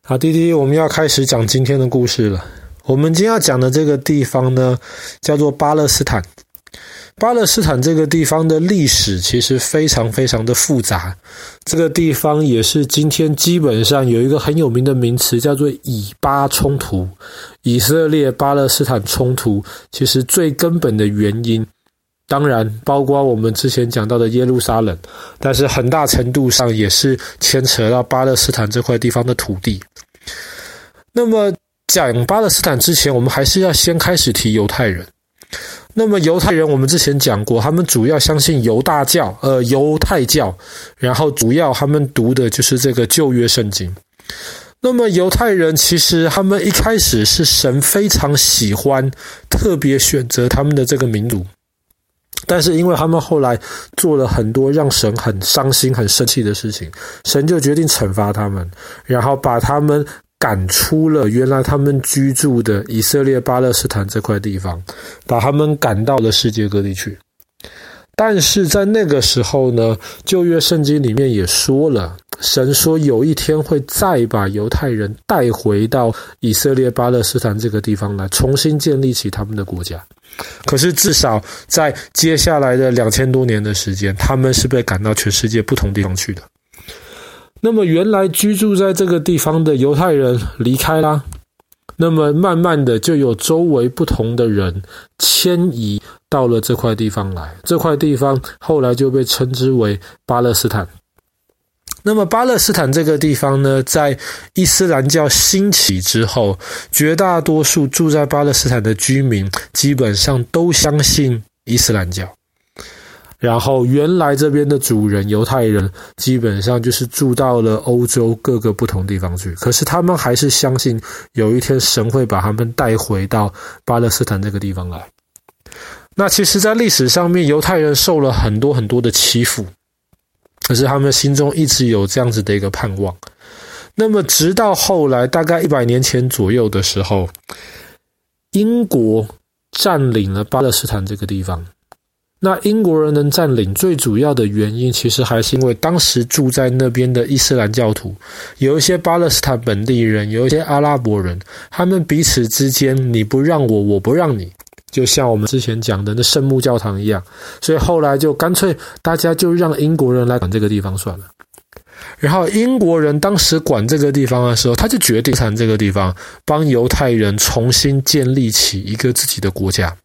好，弟弟，我们要开始讲今天的故事了。我们今天要讲的这个地方呢，叫做巴勒斯坦。巴勒斯坦这个地方的历史其实非常非常的复杂。这个地方也是今天基本上有一个很有名的名词，叫做以巴冲突。以色列巴勒斯坦冲突其实最根本的原因，当然包括我们之前讲到的耶路撒冷，但是很大程度上也是牵扯到巴勒斯坦这块地方的土地。那么讲巴勒斯坦之前，我们还是要先开始提犹太人。那么犹太人我们之前讲过，他们主要相信犹太教，然后主要他们读的就是这个旧约圣经。那么犹太人其实他们一开始是神非常喜欢，特别选择他们的这个民族。但是因为他们后来做了很多让神很伤心很生气的事情，神就决定惩罚他们，然后把他们赶出了原来他们居住的以色列巴勒斯坦这块地方，把他们赶到了世界各地去。但是在那个时候呢，旧约圣经里面也说了，神说有一天会再把犹太人带回到以色列巴勒斯坦这个地方来，重新建立起他们的国家。可是至少在接下来的2000多年的时间，他们是被赶到全世界不同地方去的。那么原来居住在这个地方的犹太人离开啦，那么慢慢的就有周围不同的人迁移到了这块地方来，这块地方后来就被称之为巴勒斯坦。那么巴勒斯坦这个地方呢，在伊斯兰教兴起之后，绝大多数住在巴勒斯坦的居民基本上都相信伊斯兰教。然后原来这边的主人犹太人基本上就是住到了欧洲各个不同地方去，可是他们还是相信有一天神会把他们带回到巴勒斯坦这个地方来。那其实在历史上面，犹太人受了很多很多的欺负，可是他们心中一直有这样子的一个盼望。那么直到后来大概100年前左右的时候，英国占领了巴勒斯坦这个地方。那英国人能占领最主要的原因，其实还是因为当时住在那边的伊斯兰教徒，有一些巴勒斯坦本地人，有一些阿拉伯人，他们彼此之间你不让我，我不让你，就像我们之前讲的那圣母教堂一样。所以后来就干脆大家就让英国人来管这个地方算了。然后英国人当时管这个地方的时候，他就决定这个地方帮犹太人重新建立起一个自己的国家。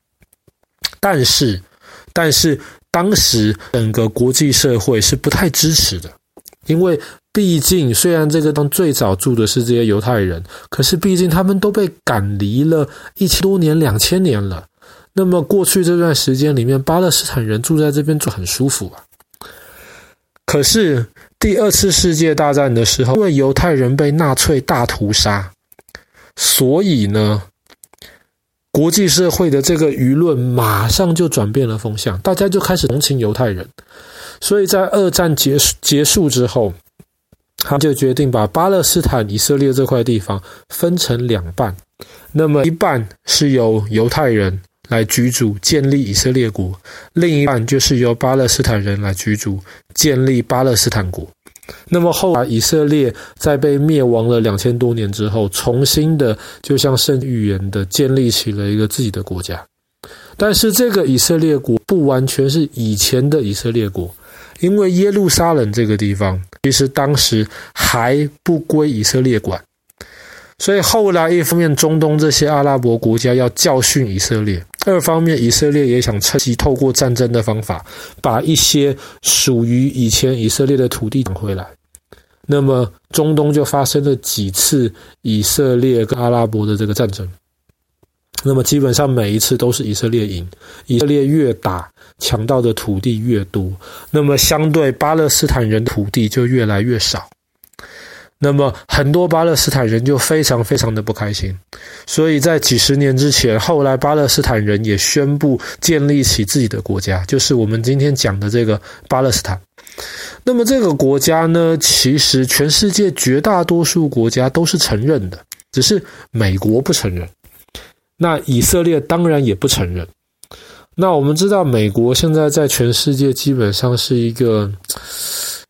但是当时整个国际社会是不太支持的，因为毕竟虽然这个地方最早住的是这些犹太人，可是毕竟他们都被赶离了1000多年2000年了。那么过去这段时间里面，巴勒斯坦人住在这边就很舒服啊。可是第2次世界大战的时候，因为犹太人被纳粹大屠杀，所以呢国际社会的这个舆论马上就转变了风向，大家就开始同情犹太人。所以在2战结束之后，他就决定把巴勒斯坦以色列这块地方分成2半，那么一半是由犹太人来居住建立以色列国，另一半就是由巴勒斯坦人来居住建立巴勒斯坦国。那么后来以色列在被灭亡了2000多年之后，重新的就像圣经预言的建立起了一个自己的国家。但是这个以色列国不完全是以前的以色列国，因为耶路撒冷这个地方其实当时还不归以色列管。所以后来一方面中东这些阿拉伯国家要教训以色列，二方面以色列也想趁机透过战争的方法把一些属于以前以色列的土地抢回来。那么中东就发生了几次以色列跟阿拉伯的这个战争，那么基本上每一次都是以色列赢，以色列越打抢到的土地越多，那么相对巴勒斯坦人土地就越来越少。那么很多巴勒斯坦人就非常非常的不开心，所以在几十年之前，后来巴勒斯坦人也宣布建立起自己的国家，就是我们今天讲的这个巴勒斯坦。那么这个国家呢，其实全世界绝大多数国家都是承认的，只是美国不承认，那以色列当然也不承认。那我们知道美国现在在全世界基本上是一个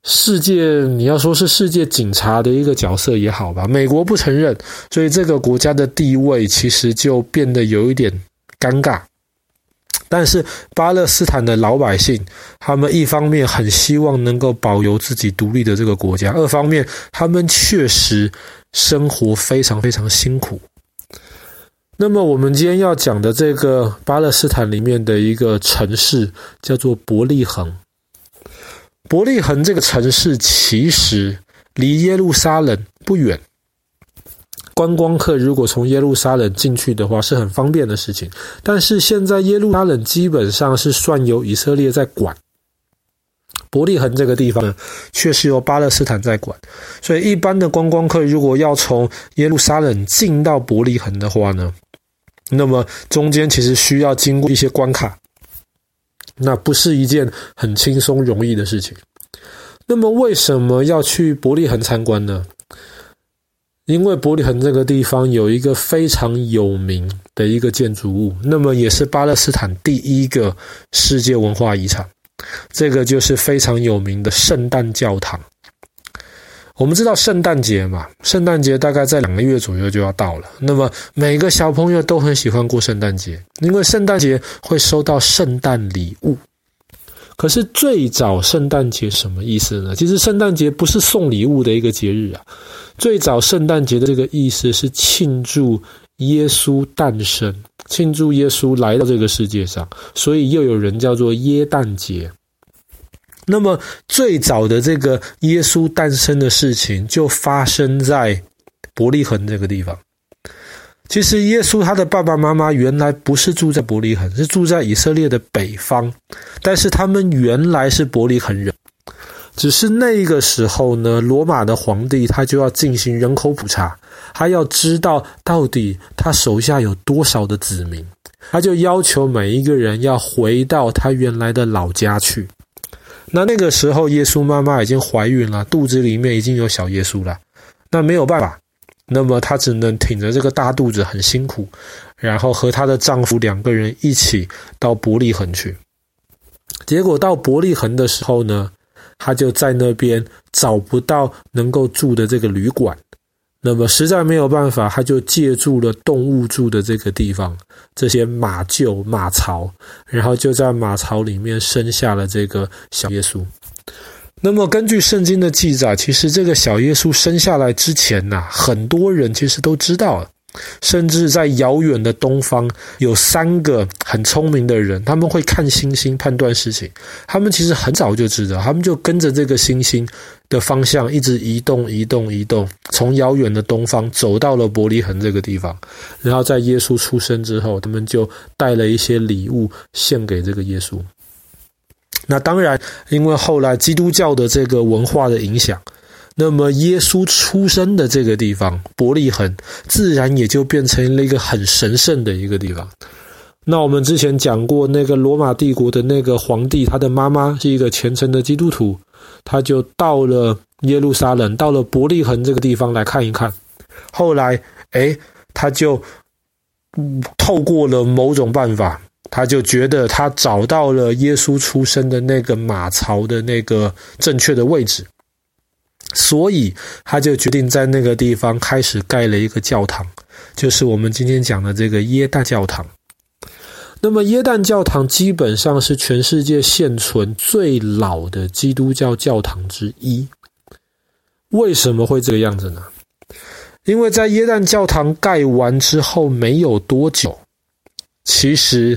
世界，你要说是世界警察的一个角色也好吧，美国不承认，所以这个国家的地位其实就变得有一点尴尬。但是巴勒斯坦的老百姓，他们一方面很希望能够保有自己独立的这个国家，二方面他们确实生活非常非常辛苦。那么我们今天要讲的这个巴勒斯坦里面的一个城市叫做伯利恒。伯利恒这个城市其实离耶路撒冷不远，观光客如果从耶路撒冷进去的话是很方便的事情，但是现在耶路撒冷基本上是算由以色列在管，伯利恒这个地方呢却是由巴勒斯坦在管，所以一般的观光客如果要从耶路撒冷进到伯利恒的话呢，那么中间其实需要经过一些关卡，那不是一件很轻松容易的事情。那么为什么要去伯利恒参观呢？因为伯利恒这个地方有一个非常有名的一个建筑物，那么也是巴勒斯坦第一个世界文化遗产，这个就是非常有名的圣诞教堂。我们知道圣诞节嘛，圣诞节大概在2个月左右就要到了，那么每个小朋友都很喜欢过圣诞节，因为圣诞节会收到圣诞礼物。可是最早圣诞节什么意思呢？其实圣诞节不是送礼物的一个节日啊，最早圣诞节的这个意思是庆祝耶稣诞生，庆祝耶稣来到这个世界上，所以又有人叫做耶诞节。那么最早的这个耶稣诞生的事情就发生在伯利恒这个地方。其实耶稣他的爸爸妈妈原来不是住在伯利恒，是住在以色列的北方，但是他们原来是伯利恒人，只是那个时候呢，罗马的皇帝他就要进行人口普查，他要知道到底他手下有多少的子民，他就要求每一个人要回到他原来的老家去。那个时候耶稣妈妈已经怀孕了，肚子里面已经有小耶稣了，那没有办法，那么她只能挺着这个大肚子很辛苦，然后和她的丈夫2个人一起到伯利恒去。结果到伯利恒的时候呢，她就在那边找不到能够住的这个旅馆，那么实在没有办法，她就借助了动物住的这个地方，这些马厩马槽，然后就在马槽里面生下了这个小耶稣。那么根据圣经的记载，其实这个小耶稣生下来之前很多人其实都知道了，甚至在遥远的东方有3个很聪明的人，他们会看星星判断事情，他们其实很早就知道，他们就跟着这个星星的方向一直移动，从遥远的东方走到了伯利恒这个地方，然后在耶稣出生之后，他们就带了一些礼物献给这个耶稣。那当然因为后来基督教的这个文化的影响，那么耶稣出生的这个地方伯利恒自然也就变成了一个很神圣的一个地方。那我们之前讲过，那个罗马帝国的那个皇帝，他的妈妈是一个虔诚的基督徒，他就到了耶路撒冷，到了伯利恒这个地方来看一看。后来他就透过了某种办法，他就觉得他找到了耶稣出生的那个马槽的那个正确的位置，所以他就决定在那个地方开始盖了一个教堂，就是我们今天讲的这个耶诞教堂。那么耶诞教堂基本上是全世界现存最老的基督教教堂之一。为什么会这个样子呢？因为在耶诞教堂盖完之后没有多久，其实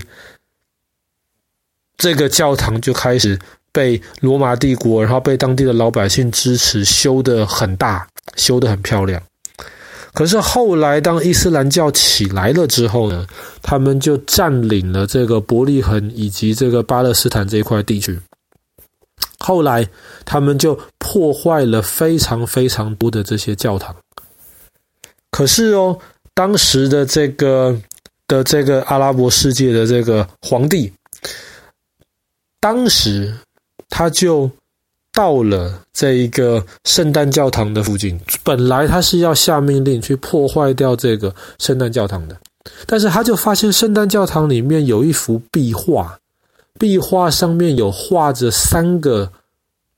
这个教堂就开始被罗马帝国，然后被当地的老百姓支持，修得很大，修得很漂亮。可是后来当伊斯兰教起来了之后呢，他们就占领了这个伯利恒以及这个巴勒斯坦这一块地区。后来他们就破坏了非常非常多的这些教堂。可是当时的这个阿拉伯世界的这个皇帝，当时他就到了这一个圣诞教堂的附近，本来他是要下命令去破坏掉这个圣诞教堂的，但是他就发现圣诞教堂里面有一幅壁画，壁画上面有画着3个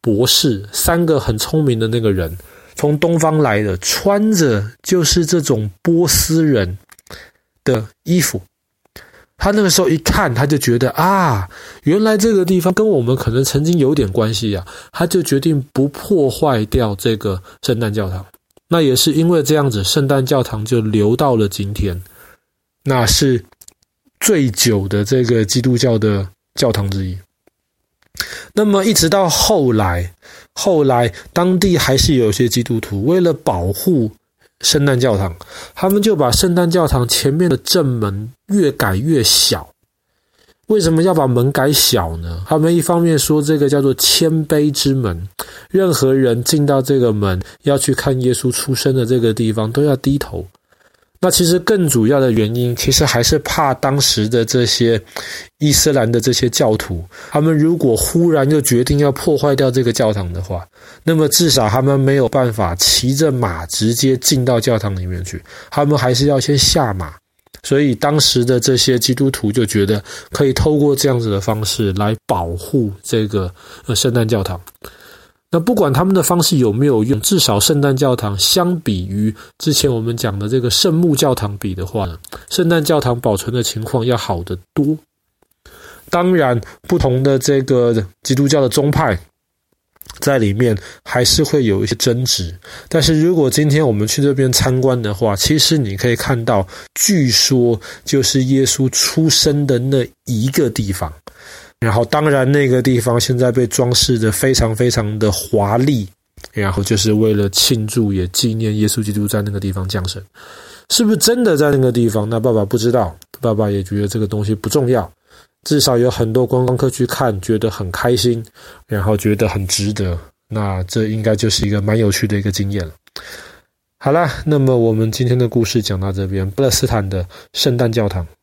博士，3个很聪明的那个人，从东方来的，穿着就是这种波斯人的衣服。他那个时候一看，他就觉得啊，原来这个地方跟我们可能曾经有点关系啊，他就决定不破坏掉这个圣诞教堂。那也是因为这样子，圣诞教堂就留到了今天，那是最久的这个基督教的教堂之一。那么一直到后来当地还是有些基督徒为了保护圣诞教堂，他们就把圣诞教堂前面的正门越改越小。为什么要把门改小呢？他们一方面说这个叫做谦卑之门，任何人进到这个门要去看耶稣出生的这个地方都要低头。那其实更主要的原因，其实还是怕当时的这些伊斯兰的这些教徒，他们如果忽然又决定要破坏掉这个教堂的话，那么至少他们没有办法骑着马直接进到教堂里面去，他们还是要先下马。所以当时的这些基督徒就觉得可以透过这样子的方式来保护这个圣诞教堂。那不管他们的方式有没有用，至少圣诞教堂相比于之前我们讲的这个圣母教堂比的话呢，圣诞教堂保存的情况要好得多。当然不同的这个基督教的宗派在里面还是会有一些争执，但是如果今天我们去这边参观的话，其实你可以看到，据说就是耶稣出生的那一个地方。然后当然那个地方现在被装饰得非常非常的华丽，然后就是为了庆祝也纪念耶稣基督在那个地方降生。是不是真的在那个地方？那爸爸不知道，爸爸也觉得这个东西不重要，至少有很多观光客去看觉得很开心，然后觉得很值得，那这应该就是一个蛮有趣的一个经验了。好啦，那么我们今天的故事讲到这边，巴勒斯坦的圣诞教堂。